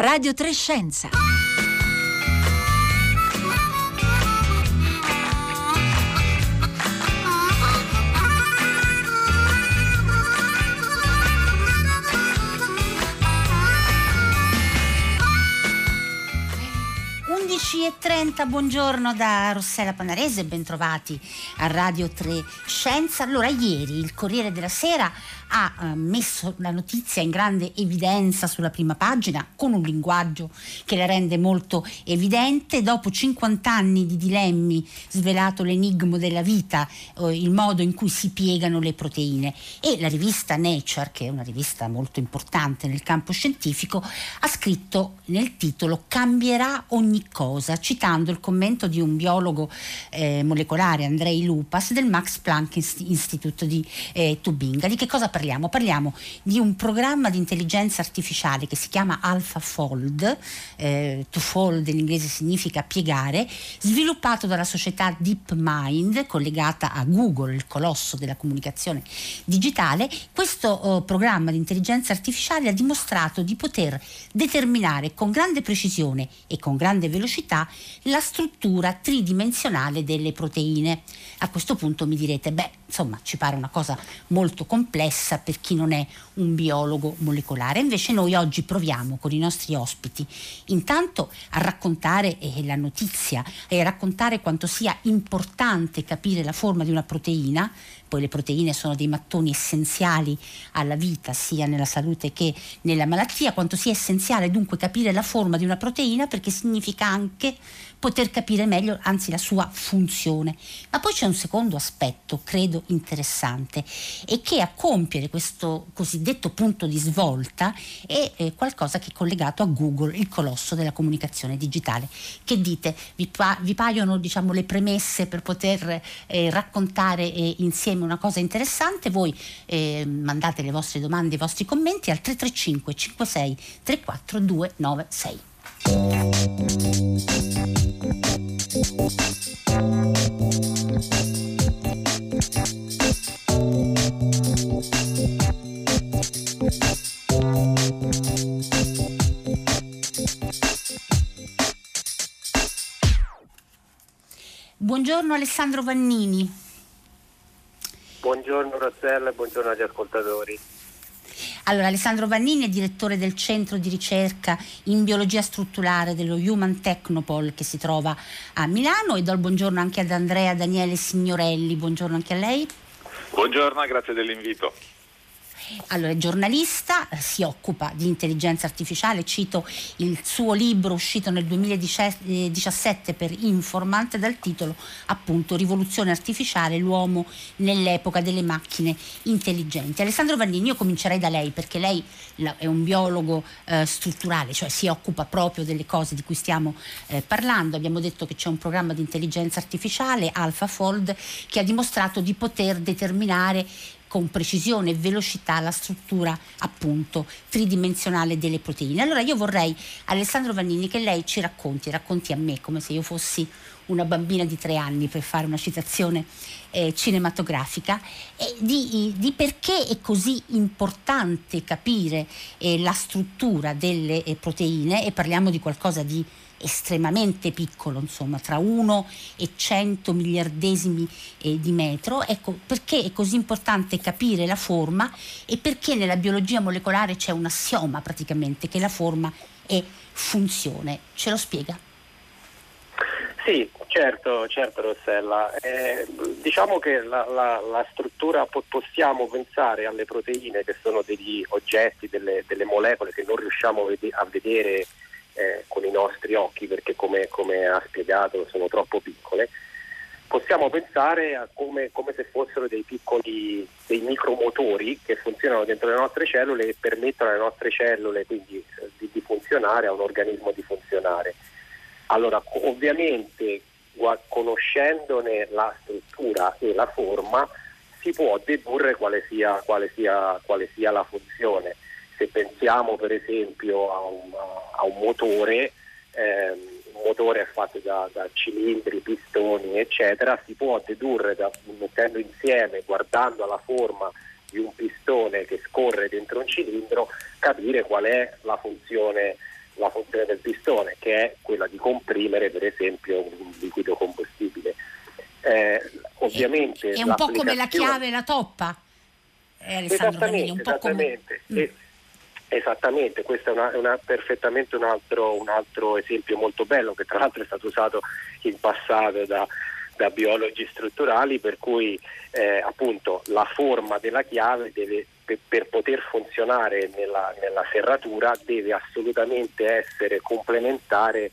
Radio 3 Scienza. E 30, buongiorno da Rossella Panarese, bentrovati a Radio 3 Scienza. Allora, ieri il Corriere della Sera ha messo la notizia in grande evidenza sulla prima pagina con un linguaggio che la rende molto evidente. Dopo 50 anni di dilemmi, svelato l'enigma della vita, il modo in cui si piegano le proteine, e la rivista Nature, che è una rivista molto importante nel campo scientifico, ha scritto nel titolo "Cambierà ogni cosa", citando il commento di un biologo molecolare, Andrei Lupas, del Max Planck Institute di Tubinga. Di che cosa parliamo? Parliamo di un programma di intelligenza artificiale che si chiama AlphaFold, to fold in inglese significa piegare, sviluppato dalla società DeepMind, collegata a Google, il colosso della comunicazione digitale. Questo programma di intelligenza artificiale ha dimostrato di poter determinare con grande precisione e con grande velocità la struttura tridimensionale delle proteine. A questo punto mi direte, insomma, ci pare una cosa molto complessa per chi non è un biologo molecolare. Invece noi oggi proviamo con i nostri ospiti intanto a raccontare la notizia e a raccontare quanto sia importante capire la forma di una proteina. Poi le proteine sono dei mattoni essenziali alla vita, sia nella salute che nella malattia. Quanto sia essenziale dunque capire la forma di una proteina, perché significa anche poter capire meglio, anzi, la sua funzione. Ma poi c'è un secondo aspetto, credo interessante, e che a compiere questo cosiddetto punto di svolta è qualcosa che è collegato a Google, il colosso della comunicazione digitale. Che dite? Vi paiono, diciamo, le premesse per poter raccontare insieme una cosa interessante? Voi mandate le vostre domande, i vostri commenti al 335 56 34 296. Buongiorno Alessandro Vannini. Buongiorno Rossella e buongiorno agli ascoltatori. Allora, Alessandro Vannini è direttore del centro di ricerca in biologia strutturale dello Human Technopole, che si trova a Milano, e do il buongiorno anche ad Andrea Daniele Signorelli. Buongiorno anche a lei. Buongiorno, grazie dell'invito. Allora, è giornalista, si occupa di intelligenza artificiale, cito il suo libro uscito nel 2017 per Informant dal titolo appunto "Rivoluzione artificiale, l'uomo nell'epoca delle macchine intelligenti". Alessandro Vannini, io comincerei da lei, perché lei è un biologo strutturale, cioè si occupa proprio delle cose di cui stiamo parlando. Abbiamo detto che c'è un programma di intelligenza artificiale, AlphaFold, che ha dimostrato di poter determinare con precisione e velocità la struttura appunto tridimensionale delle proteine. Allora io vorrei, Alessandro Vannini, che lei ci racconti a me, come se io fossi una bambina di 3 anni, per fare una citazione cinematografica, di perché è così importante capire la struttura delle proteine, e parliamo di qualcosa di estremamente piccolo, insomma tra 1 e 100 miliardesimi di metro. Ecco, perché è così importante capire la forma, e perché nella biologia molecolare c'è un assioma praticamente che la forma è funzione. Ce lo spiega? Sì, certo Rossella. Diciamo che la struttura, possiamo pensare alle proteine che sono degli oggetti, delle molecole che non riusciamo a vedere con i nostri occhi, perché come ha spiegato sono troppo piccole. Possiamo pensare a come se fossero dei micromotori che funzionano dentro le nostre cellule e permettono alle nostre cellule quindi di funzionare, a un organismo di funzionare. Allora, ovviamente, conoscendone la struttura e la forma, si può dedurre quale sia la funzione. Se pensiamo per esempio a un motore, un motore è fatto da cilindri, pistoni, eccetera, si può dedurre, mettendo insieme, guardando alla forma di un pistone che scorre dentro un cilindro, capire qual è la funzione la funzione del pistone, che è quella di comprimere per esempio un liquido combustibile. Ovviamente è un po' come la chiave e la toppa, Alessandro Vannini, un po' Esattamente, questo è perfettamente un altro esempio molto bello, che tra l'altro è stato usato in passato da biologi strutturali, per cui appunto la forma della chiave deve, per poter funzionare nella serratura, deve assolutamente essere complementare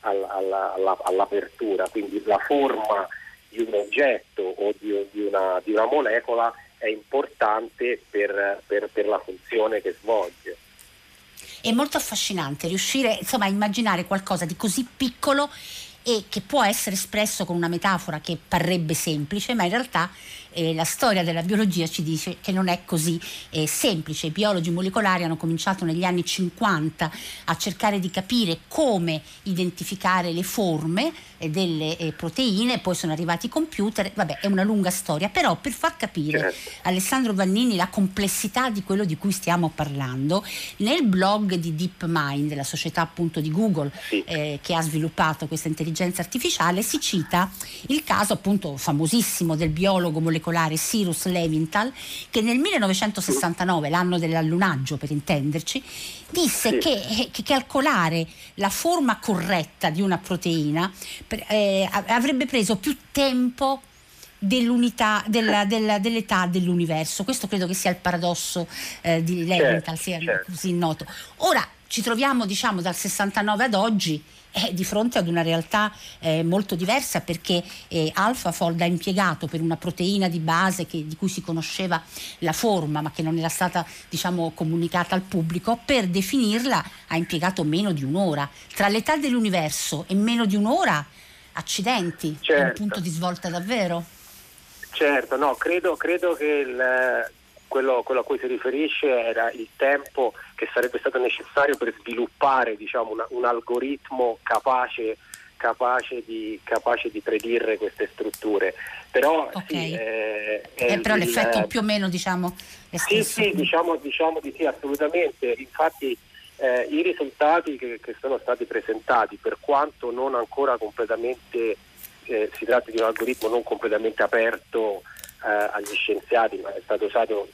all'apertura, quindi la forma di un oggetto o di una molecola è importante per la funzione che svolge. È molto affascinante riuscire, insomma, a immaginare qualcosa di così piccolo e che può essere espresso con una metafora che parrebbe semplice, ma in realtà la storia della biologia ci dice che non è così semplice. I biologi molecolari hanno cominciato negli anni 50 a cercare di capire come identificare le forme delle proteine, poi sono arrivati i computer, vabbè, è una lunga storia, però per far capire, Alessandro Vannini, la complessità di quello di cui stiamo parlando, nel blog di DeepMind, la società appunto di Google, che ha sviluppato questa intelligenza artificiale, si cita il caso appunto famosissimo del biologo molecolare Cyrus Levinthal, che nel 1969, l'anno dell'allunaggio per intenderci, disse che calcolare la forma corretta di una proteina avrebbe preso più tempo dell'unità dell'età dell'universo. Questo credo che sia il paradosso di Levinthal, sia così noto. Ora ci troviamo, diciamo, dal 69 ad oggi di fronte ad una realtà molto diversa, perché AlphaFold ha impiegato per una proteina di base di cui si conosceva la forma ma che non era stata, diciamo, comunicata al pubblico, per definirla ha impiegato meno di un'ora. Tra l'età dell'universo e meno di un'ora, accidenti, è un punto di svolta davvero. Certo, no, credo che quello a cui si riferisce era il tempo che sarebbe stato necessario per sviluppare, diciamo, un algoritmo capace di predire queste strutture. Però però l'effetto più o meno, diciamo, è stesso. Sì, diciamo di sì, assolutamente. Infatti i risultati che sono stati presentati, per quanto non ancora completamente si tratta di un algoritmo non completamente aperto agli scienziati, ma è stato usato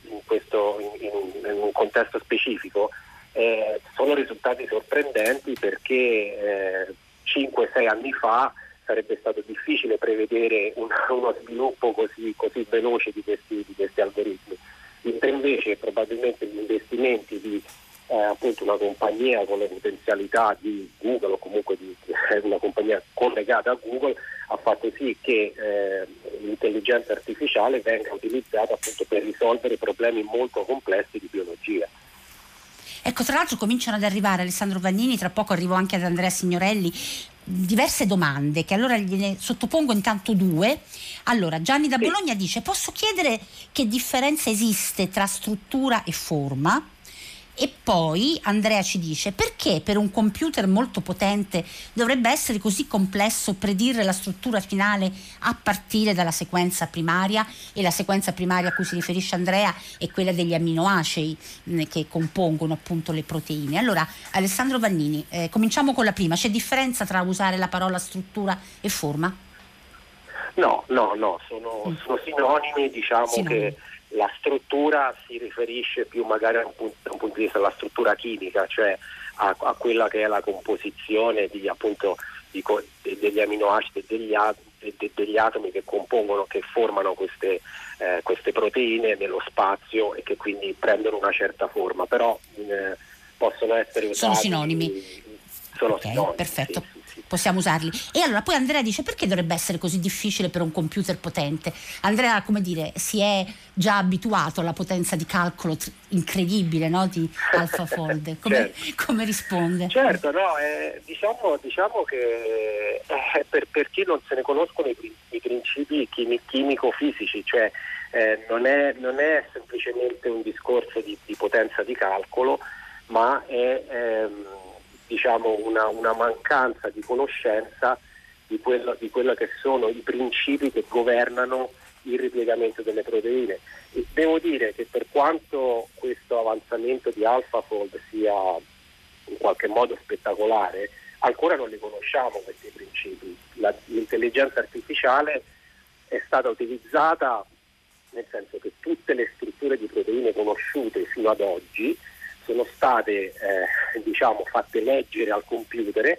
in un contesto specifico, sono risultati sorprendenti, perché 5-6 anni fa sarebbe stato difficile prevedere uno sviluppo così veloce di questi algoritmi. Invece probabilmente gli investimenti di appunto una compagnia con le potenzialità di Google, o comunque di una compagnia collegata a Google, ha fatto sì che l'intelligenza artificiale venga utilizzata appunto per risolvere problemi molto complessi di biologia. Ecco, tra l'altro cominciano ad arrivare, Alessandro Vannini, tra poco arrivo anche ad Andrea Signorelli, diverse domande che allora gliene sottopongo intanto due. Allora, Gianni da Bologna dice: posso chiedere che differenza esiste tra struttura e forma? E poi Andrea ci dice: perché per un computer molto potente dovrebbe essere così complesso predire la struttura finale a partire dalla sequenza primaria? E la sequenza primaria a cui si riferisce Andrea è quella degli amminoacidi che compongono appunto le proteine. Allora, Alessandro Vannini, cominciamo con la prima. C'è differenza tra usare la parola struttura e forma? No, sono sinonimi, diciamo. Che la struttura si riferisce più magari da un punto di vista della struttura chimica, cioè a quella che è la composizione degli amminoacidi e degli atomi che compongono, che formano queste proteine nello spazio e che quindi prendono una certa forma, però possono essere usati. Sono sinonimi. Sinonimi, perfetto. Sì. Possiamo usarli. E allora poi Andrea dice: perché dovrebbe essere così difficile per un computer potente? Andrea, come dire, si è già abituato alla potenza di calcolo incredibile, no, di AlphaFold. Come risponde? Certo, no, diciamo che per chi non se ne conoscono i principi chimico-fisici, cioè non è semplicemente un discorso di potenza di calcolo, ma è diciamo una mancanza di conoscenza di quello che sono i principi che governano il ripiegamento delle proteine. E devo dire che per quanto questo avanzamento di AlphaFold sia in qualche modo spettacolare, ancora non li conosciamo questi principi. L'intelligenza artificiale è stata utilizzata nel senso che tutte le strutture di proteine conosciute fino ad oggi sono state fatte leggere al computer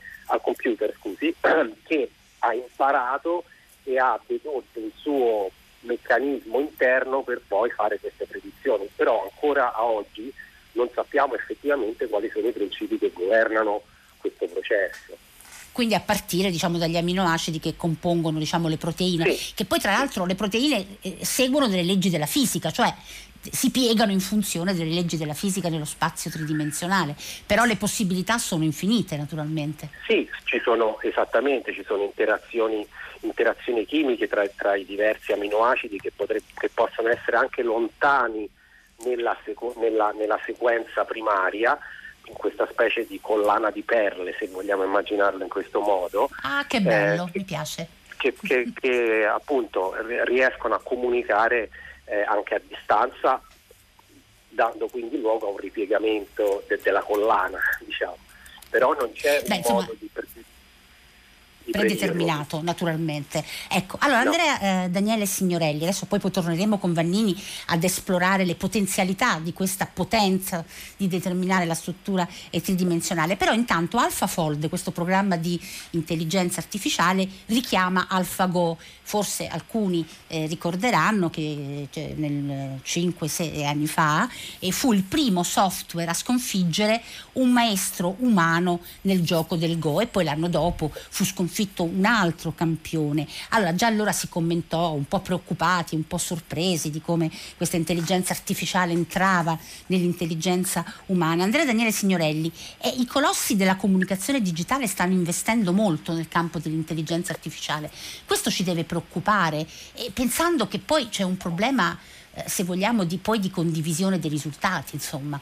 che ha imparato e ha dedotto il suo meccanismo interno per poi fare queste predizioni, però ancora a oggi non sappiamo effettivamente quali sono i principi che governano questo processo. Quindi a partire dagli aminoacidi che compongono le proteine, sì, che poi tra l'altro le proteine seguono delle leggi della fisica, cioè si piegano in funzione delle leggi della fisica nello spazio tridimensionale, però le possibilità sono infinite naturalmente. Sì, ci sono interazioni chimiche tra i diversi aminoacidi che possono essere anche lontani nella sequenza primaria, in questa specie di collana di perle, se vogliamo immaginarlo in questo modo. Ah, che bello, mi piace. Che appunto riescono a comunicare anche a distanza, dando quindi luogo a un ripiegamento della collana, diciamo. Però non c'è modo di predeterminato naturalmente. Ecco, allora no. Andrea Daniele Signorelli, adesso poi torneremo con Vannini ad esplorare le potenzialità di questa potenza di determinare la struttura tridimensionale, però intanto AlphaFold, questo programma di intelligenza artificiale, richiama AlphaGo. Forse alcuni ricorderanno che nel 5-6 anni fa fu il primo software a sconfiggere un maestro umano nel gioco del Go, e poi l'anno dopo fu sconfitto un altro campione. Allora già allora si commentò, un po' preoccupati, un po' sorpresi di come questa intelligenza artificiale entrava nell'intelligenza umana. Andrea Daniele Signorelli, i colossi della comunicazione digitale stanno investendo molto nel campo dell'intelligenza artificiale. Questo ci deve preoccupare, pensando che poi c'è un problema, se vogliamo, di condivisione dei risultati, insomma.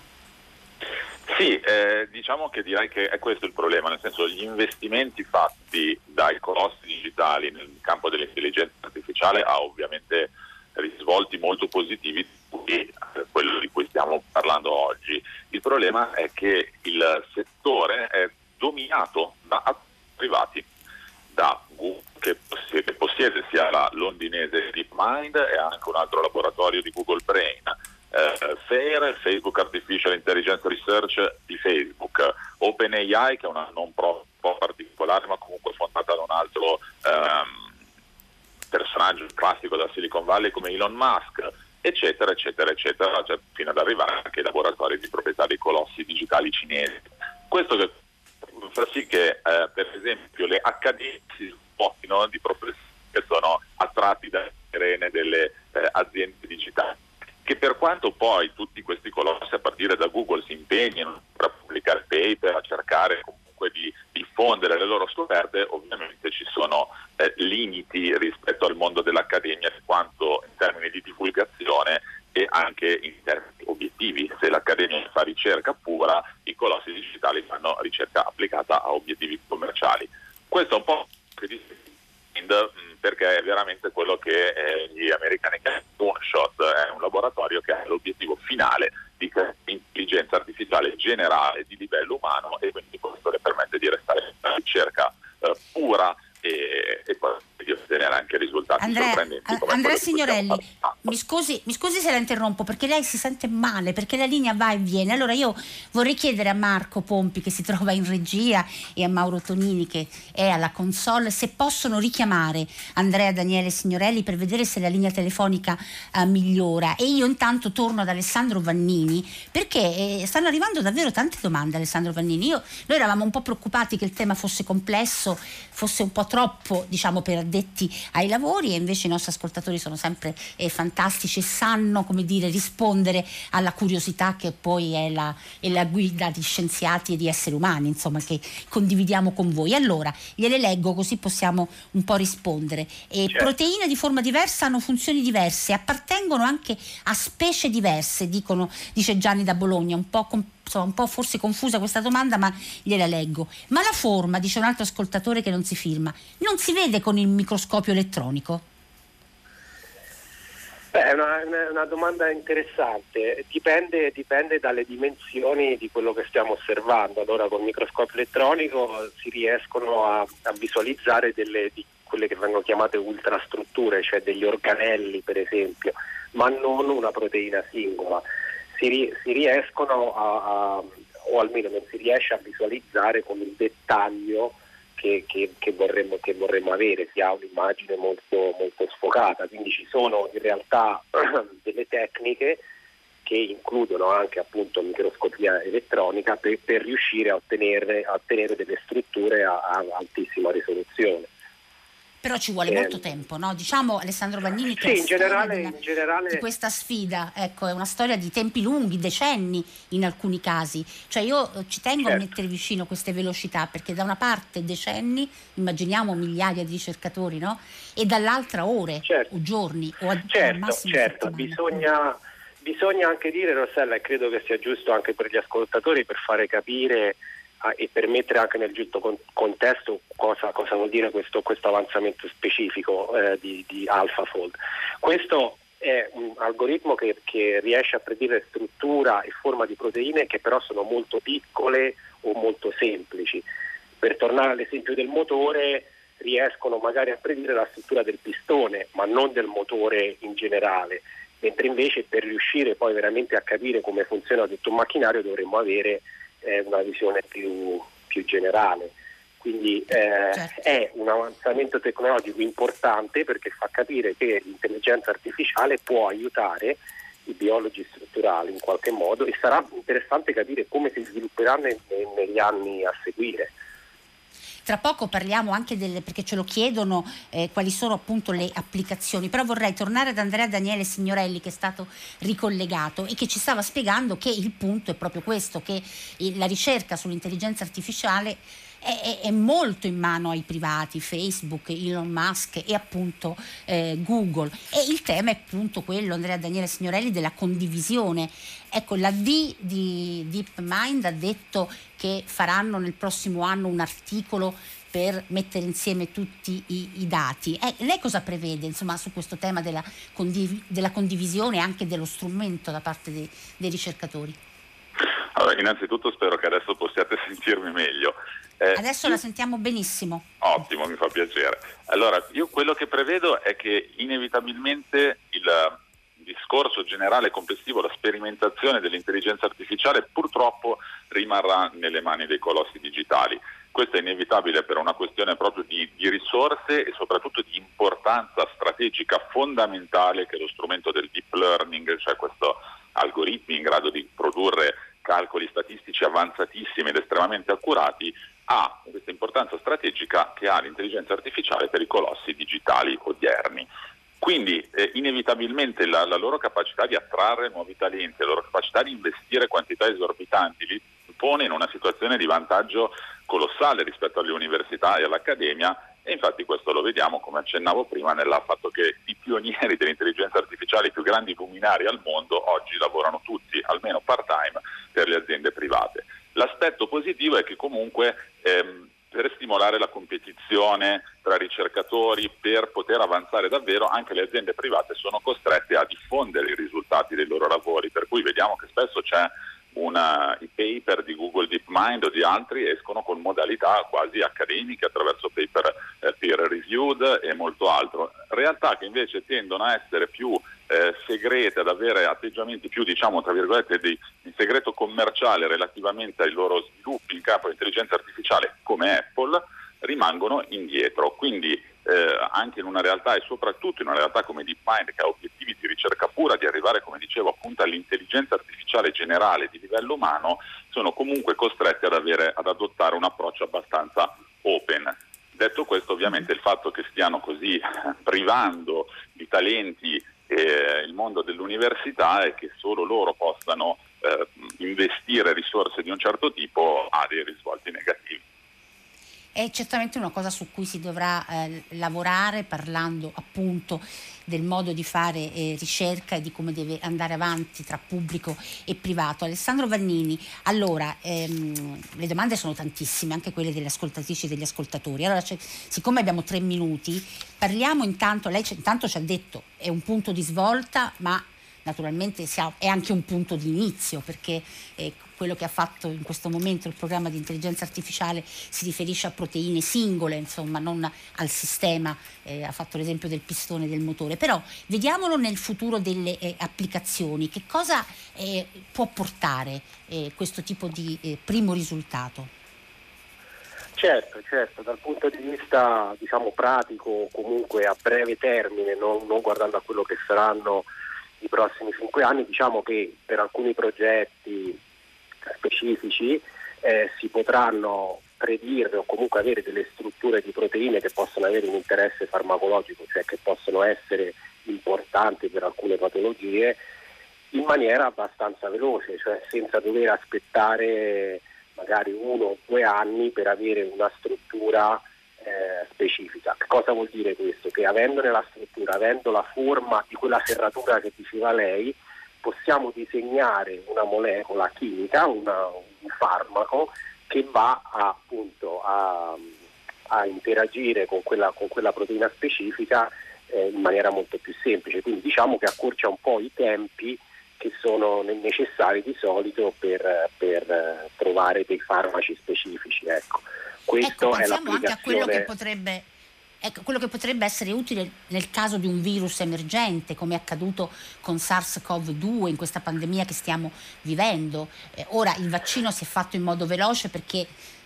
Sì, diciamo che direi che è questo il problema, nel senso gli investimenti fatti dai colossi digitali nel campo dell'intelligenza artificiale ha ovviamente risvolti molto positivi, quello di cui stiamo parlando oggi. Il problema è che il settore è dominato da privati, da Google, che possiede sia la londinese DeepMind e anche un altro laboratorio di Google Brain, FAIR, Facebook Artificial Intelligence Research di Facebook, OpenAI, che è una non pro un po' particolare ma comunque fondata da un altro personaggio classico da Silicon Valley come Elon Musk, eccetera eccetera eccetera, cioè, fino ad arrivare anche ai laboratori di proprietà dei colossi digitali cinesi. Questo che fa sì che per esempio le accademie si svuotino di professori che sono attratti dalle sirene delle aziende digitali, che per quanto poi tutti questi colossi a partire da Google si impegnino a pubblicare paper, a cercare comunque di diffondere le loro scoperte, ovviamente ci sono limiti rispetto al mondo dell'accademia, quanto in termini di divulgazione e anche in termini obiettivi. Se l'accademia fa ricerca pura, i colossi digitali fanno ricerca applicata a obiettivi commerciali. Questo è un po' perché è veramente quello che gli americani chiamano Moonshot, è un laboratorio che ha l'obiettivo finale di intelligenza artificiale generale di livello umano, e quindi questo le permette di restare in una ricerca pura e poi di ottenere anche risultati sorprendenti. Andrea Signorelli, mi scusi se la interrompo, perché lei si sente male, perché la linea va e viene. Allora io vorrei chiedere a Marco Pompi, che si trova in regia, e a Mauro Tonini, che è alla console, se possono richiamare Andrea Daniele Signorelli per vedere se la linea telefonica migliora. E io intanto torno ad Alessandro Vannini, perché stanno arrivando davvero tante domande. Alessandro Vannini, noi eravamo un po' preoccupati che il tema fosse complesso, fosse un po' troppo, diciamo, per addetti ai lavori, e invece i nostri ascoltatori sono sempre fantastici e sanno, come dire, rispondere alla curiosità, che poi è la guida di scienziati e di esseri umani, insomma, che condividiamo con voi. Allora gliele leggo così possiamo un po' rispondere. Certo. Proteine di forma diversa hanno funzioni diverse, appartengono anche a specie diverse, dice Gianni da Bologna, un po' forse confusa questa domanda, ma gliela leggo. Ma la forma, dice un altro ascoltatore che non si firma, non si vede con il microscopio elettronico? Beh, è una domanda interessante, dipende dalle dimensioni di quello che stiamo osservando. Allora col microscopio elettronico si riescono a visualizzare di quelle che vengono chiamate ultrastrutture, cioè degli organelli per esempio, ma non una proteina singola. Si riescono o almeno non si riesce a visualizzare con il dettaglio che vorremmo avere, si ha un'immagine molto, molto sfocata, quindi ci sono in realtà delle tecniche che includono anche appunto microscopia elettronica per riuscire a ottenere delle strutture a altissima risoluzione. Però ci vuole molto tempo, no? Diciamo Alessandro Vannini che Sì, è in generale di questa sfida, ecco, è una storia di tempi lunghi, decenni in alcuni casi. Cioè io ci tengo a mettere vicino queste velocità, perché da una parte decenni, immaginiamo migliaia di ricercatori, no? E dall'altra ore o giorni o al massimo settimane. Bisogna anche dire, Rossella, e credo che sia giusto anche per gli ascoltatori, per fare capire e per mettere anche nel giusto contesto cosa vuol dire questo avanzamento specifico di AlphaFold. Questo è un algoritmo che riesce a predire struttura e forma di proteine che però sono molto piccole o molto semplici. Per tornare all'esempio del motore, riescono magari a predire la struttura del pistone, ma non del motore in generale, mentre invece per riuscire poi veramente a capire come funziona tutto un macchinario dovremmo avere una visione più generale. Quindi è un avanzamento tecnologico importante, perché fa capire che l'intelligenza artificiale può aiutare i biologi strutturali in qualche modo, e sarà interessante capire come si svilupperanno negli anni a seguire. Tra poco parliamo anche perché ce lo chiedono, quali sono appunto le applicazioni, però vorrei tornare ad Andrea Daniele Signorelli, che è stato ricollegato e che ci stava spiegando che il punto è proprio questo, che la ricerca sull'intelligenza artificiale è molto in mano ai privati, Facebook, Elon Musk e appunto Google, e il tema è appunto quello, Andrea Daniele Signorelli, della condivisione. Ecco, la D di DeepMind ha detto che faranno nel prossimo anno un articolo per mettere insieme tutti i dati. Lei cosa prevede, insomma, su questo tema della condivisione e anche dello strumento da parte dei ricercatori? Allora, innanzitutto spero che adesso possiate sentirmi meglio. Adesso la sentiamo benissimo. Ottimo, mi fa piacere. Allora, io quello che prevedo è che inevitabilmente il discorso generale complessivo, la sperimentazione dell'intelligenza artificiale purtroppo rimarrà nelle mani dei colossi digitali. Questo è inevitabile per una questione proprio di risorse e soprattutto di importanza strategica fondamentale che lo strumento del deep learning, cioè questo algoritmi in grado di produrre calcoli statistici avanzatissimi ed estremamente accurati, ha questa importanza strategica che ha l'intelligenza artificiale per i colossi digitali odierni. Quindi inevitabilmente la loro capacità di attrarre nuovi talenti, la loro capacità di investire quantità esorbitanti li pone in una situazione di vantaggio colossale rispetto alle università e all'accademia, e infatti questo lo vediamo, come accennavo prima, nel fatto che i pionieri dell'intelligenza artificiale, i più grandi luminari al mondo, oggi lavorano tutti, almeno part-time, per le aziende private. L'aspetto positivo è che comunque per stimolare la competizione tra ricercatori, per poter avanzare davvero, anche le aziende private sono costrette a diffondere i risultati dei loro lavori, per cui vediamo che spesso c'è i paper di Google DeepMind o di altri escono con modalità quasi accademiche attraverso paper peer reviewed e molto altro, realtà che invece tendono a essere più segrete, ad avere atteggiamenti più, diciamo, tra virgolette, di segreto commerciale relativamente ai loro sviluppi in campo di intelligenza artificiale, come Apple, rimangono indietro. Quindi anche in una realtà, e soprattutto in una realtà come DeepMind, che ha obiettivi di ricerca pura, di arrivare, come dicevo, appunto all'intelligenza artificiale generale di livello umano, sono comunque costretti ad adottare un approccio abbastanza open. Detto questo, ovviamente il fatto che stiano così privando di talenti il mondo dell'università e che solo loro possano investire risorse di un certo tipo ha dei risvolti negativi. È certamente una cosa su cui si dovrà lavorare, parlando appunto del modo di fare ricerca e di come deve andare avanti tra pubblico e privato. Alessandro Vannini, allora le domande sono tantissime, anche quelle delle ascoltatrici e degli ascoltatori. Allora, siccome abbiamo 3 minuti, parliamo intanto, lei intanto ci ha detto è un punto di svolta, ma naturalmente è anche un punto di inizio, perché quello che ha fatto in questo momento il programma di intelligenza artificiale si riferisce a proteine singole, insomma, non al sistema. Ha fatto l'esempio del pistone del motore, però vediamolo nel futuro delle applicazioni. Che cosa può portare questo tipo di primo risultato? Certo, dal punto di vista pratico, comunque a breve termine, non guardando a quello che saranno i prossimi 5 anni, diciamo che per alcuni progetti specifici si potranno predire o comunque avere delle strutture di proteine che possono avere un interesse farmacologico, cioè che possono essere importanti per alcune patologie, in maniera abbastanza veloce, cioè senza dover aspettare magari 1 o 2 anni per avere una struttura specifica. Che cosa vuol dire questo? Che avendone la struttura, avendo la forma di quella serratura che diceva lei, possiamo disegnare una molecola chimica, un farmaco che va appunto a interagire con quella proteina specifica in maniera molto più semplice. Quindi diciamo che accorcia un po' i tempi che sono necessari di solito per trovare dei farmaci specifici. Ecco. Questo è pensiamo anche a quello che l'applicazione. potrebbe essere utile nel caso di un virus emergente, come è accaduto con SARS-CoV-2, in questa pandemia che stiamo vivendo. Ora il vaccino si è fatto in modo veloce perché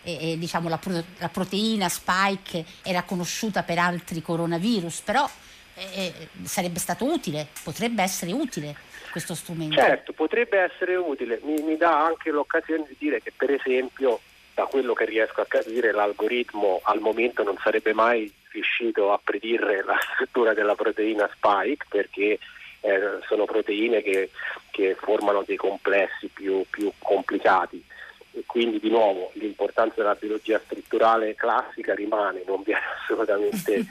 la proteina spike era conosciuta per altri coronavirus, però sarebbe stato utile, potrebbe essere utile questo strumento. Certo, potrebbe essere utile. Mi dà anche l'occasione di dire che, per esempio, da quello che riesco a capire, l'algoritmo al momento non sarebbe mai riuscito a predire la struttura della proteina spike, perché sono proteine che formano dei complessi più complicati, e quindi di nuovo l'importanza della biologia strutturale classica rimane, non viene assolutamente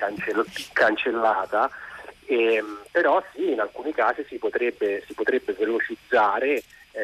cancellata, però sì, in alcuni casi si potrebbe velocizzare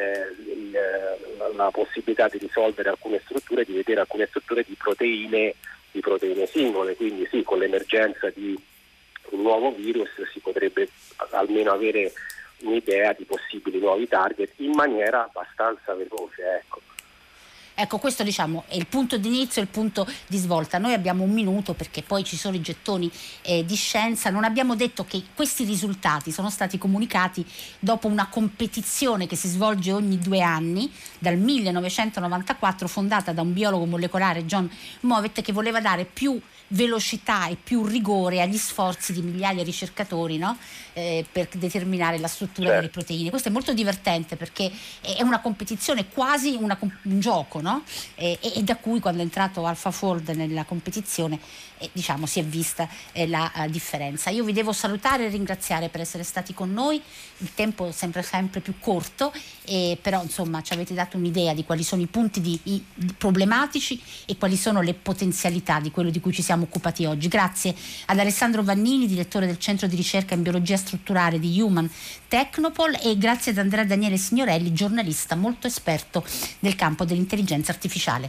la possibilità di risolvere alcune strutture, di vedere alcune strutture di proteine singole. Quindi sì, con l'emergenza di un nuovo virus si potrebbe almeno avere un'idea di possibili nuovi target in maniera abbastanza veloce, ecco. Ecco, questo è il punto di inizio e il punto di svolta. Noi abbiamo 1 minuto perché poi ci sono i gettoni di scienza. Non abbiamo detto che questi risultati sono stati comunicati dopo una competizione che si svolge ogni 2 anni, dal 1994, fondata da un biologo molecolare, John Mowat, che voleva dare più velocità e più rigore agli sforzi di migliaia di ricercatori, no? Per determinare la struttura delle proteine. Questo è molto divertente perché è una competizione, quasi un gioco, no? E da cui, quando è entrato AlphaFold nella competizione, si è vista la differenza. Io vi devo salutare e ringraziare per essere stati con noi. Il tempo sembra sempre più corto, però insomma ci avete dato un'idea di quali sono i punti problematici e quali sono le potenzialità di quello di cui ci siamo occupati oggi. Grazie ad Alessandro Vannini, direttore del Centro di Ricerca in Biologia Strutturale di Human Technopole, e grazie ad Andrea Daniele Signorelli, giornalista molto esperto nel campo dell'intelligenza artificiale.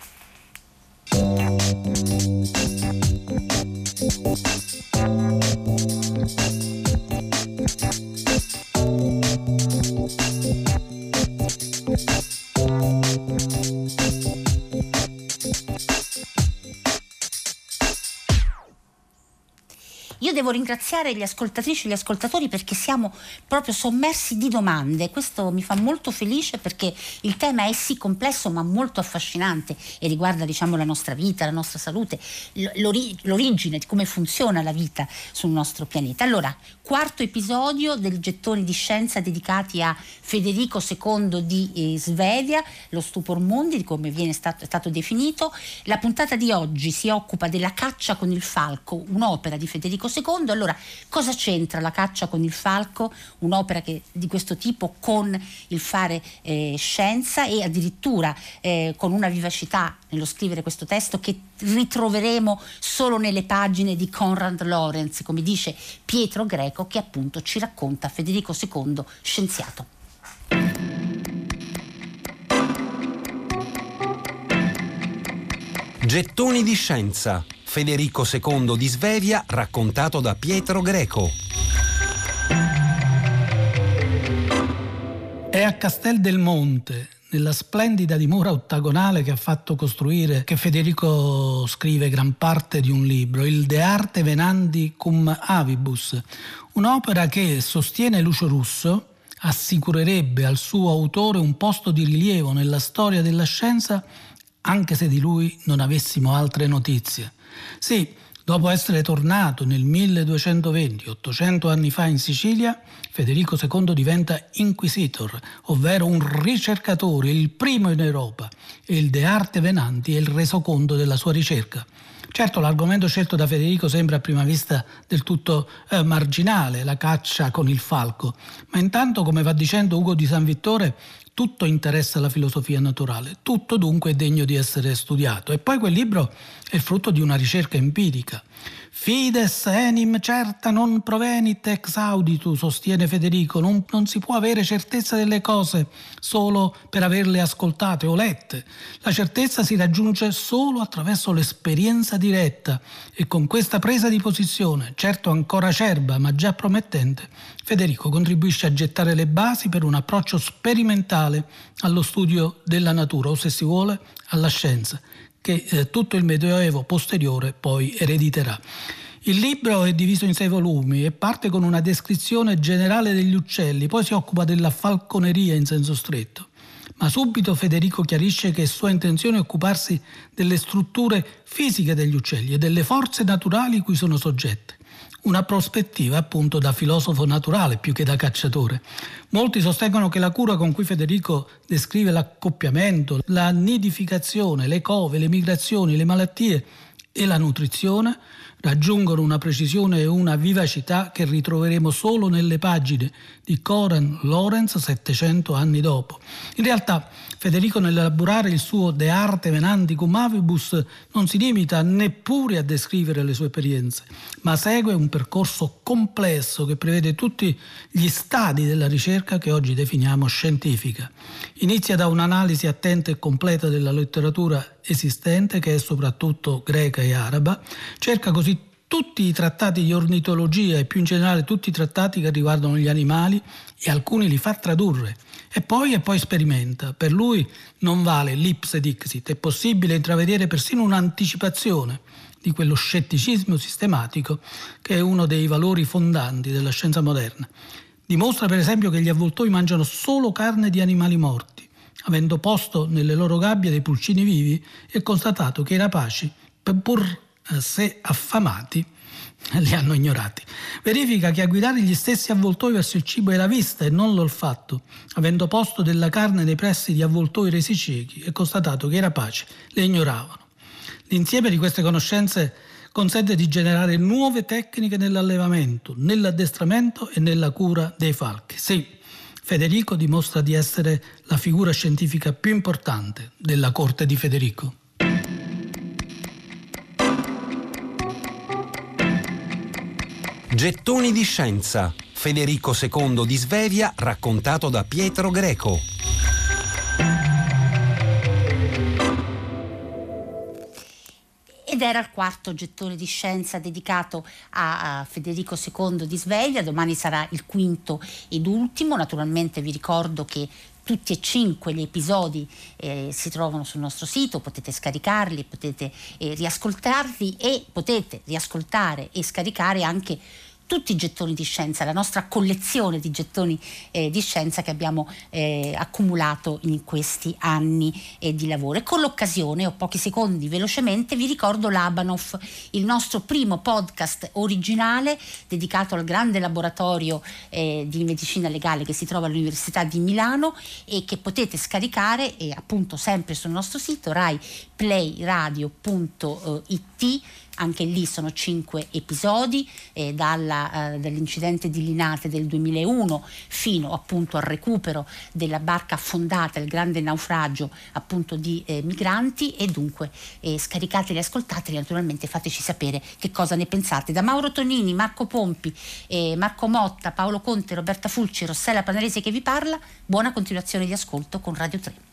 Io devo ringraziare gli ascoltatrici e gli ascoltatori perché siamo proprio sommersi di domande. Questo mi fa molto felice perché il tema è sì complesso ma molto affascinante e riguarda la nostra vita, la nostra salute, l'origine di come funziona la vita sul nostro pianeta. Allora, 4º episodio del Gettoni di Scienza dedicati a Federico II di Svevia, lo Stupor Mundi, come è stato definito. La puntata di oggi si occupa della Caccia con il falco, un'opera di Federico II II. Allora, cosa c'entra La caccia con il falco, un'opera di questo tipo, con il fare scienza, e addirittura con una vivacità nello scrivere questo testo che ritroveremo solo nelle pagine di Konrad Lorenz, come dice Pietro Greco, che appunto ci racconta Federico II, scienziato. Gettoni di scienza. Federico II di Svevia, raccontato da Pietro Greco. È a Castel del Monte, nella splendida dimora ottagonale che ha fatto costruire, che Federico scrive gran parte di un libro, il De arte venandi cum avibus, un'opera che, sostiene Lucio Russo, assicurerebbe al suo autore un posto di rilievo nella storia della scienza, anche se di lui non avessimo altre notizie. Sì, dopo essere tornato nel 1220, 800 anni fa in Sicilia, Federico II diventa inquisitor, ovvero un ricercatore, il primo in Europa, e il De arte venandi è il resoconto della sua ricerca. Certo, l'argomento scelto da Federico sembra a prima vista del tutto marginale, la caccia con il falco, ma intanto, come va dicendo Ugo di San Vittore, tutto interessa la filosofia naturale, tutto dunque è degno di essere studiato. E poi quel libro è il frutto di una ricerca empirica. Fides enim certa non provenit ex auditu, sostiene Federico. Non si può avere certezza delle cose solo per averle ascoltate o lette. La certezza si raggiunge solo attraverso l'esperienza diretta, e con questa presa di posizione, certo ancora acerba ma già promettente, Federico contribuisce a gettare le basi per un approccio sperimentale allo studio della natura, o se si vuole alla scienza, che tutto il Medioevo posteriore poi erediterà. Il libro è diviso in 6 volumi e parte con una descrizione generale degli uccelli, poi si occupa della falconeria in senso stretto. Ma subito Federico chiarisce che è sua intenzione occuparsi delle strutture fisiche degli uccelli e delle forze naturali cui sono soggette. Una prospettiva appunto da filosofo naturale più che da cacciatore. Molti sostengono che la cura con cui Federico descrive l'accoppiamento, la nidificazione, le cove, le migrazioni, le malattie e la nutrizione raggiungono una precisione e una vivacità che ritroveremo solo nelle pagine di Konrad Lorenz 700 anni dopo. In realtà Federico, nell'elaborare il suo De arte venandi cum avibus, non si limita neppure a descrivere le sue esperienze, ma segue un percorso complesso che prevede tutti gli stadi della ricerca che oggi definiamo scientifica. Inizia da un'analisi attenta e completa della letteratura esistente, che è soprattutto greca e araba, cerca così tutti i trattati di ornitologia e più in generale tutti i trattati che riguardano gli animali, e alcuni li fa tradurre. E poi sperimenta. Per lui non vale l'ipse dixit, è possibile intravedere persino un'anticipazione di quello scetticismo sistematico che è uno dei valori fondanti della scienza moderna. Dimostra per esempio che gli avvoltoi mangiano solo carne di animali morti, avendo posto nelle loro gabbie dei pulcini vivi e constatato che i rapaci, pur se affamati, li hanno ignorati. Verifica che a guidare gli stessi avvoltoi verso il cibo è la vista e non l'olfatto, avendo posto della carne nei pressi di avvoltoi resi ciechi e constatato che i rapaci le ignoravano. L'insieme di queste conoscenze consente di generare nuove tecniche nell'allevamento, nell'addestramento e nella cura dei falchi. Sì, Federico dimostra di essere la figura scientifica più importante della corte di Federico. Gettoni di scienza. Federico II di Svevia, raccontato da Pietro Greco. Ed era il quarto gettone di scienza dedicato a Federico II di Svevia. Domani sarà il quinto ed ultimo. Naturalmente vi ricordo che tutti e 5 gli episodi si trovano sul nostro sito, potete scaricarli, potete riascoltarli, e potete riascoltare e scaricare anche tutti i gettoni di scienza, la nostra collezione di gettoni di scienza che abbiamo accumulato in questi anni di lavoro. E con l'occasione, ho pochi secondi velocemente, vi ricordo Labanov, il nostro primo podcast originale dedicato al grande laboratorio di medicina legale che si trova all'Università di Milano e che potete scaricare appunto sempre sul nostro sito raiplayradio.it anche lì sono 5 episodi, dall'incidente di Linate del 2001 fino appunto al recupero della barca affondata, il grande naufragio appunto di migranti, e dunque scaricateli, ascoltateli, naturalmente fateci sapere che cosa ne pensate. Da Mauro Tonini, Marco Pompi, Marco Motta, Paolo Conte, Roberta Fulci, Rossella Panarese che vi parla, buona continuazione di ascolto con Radio 3.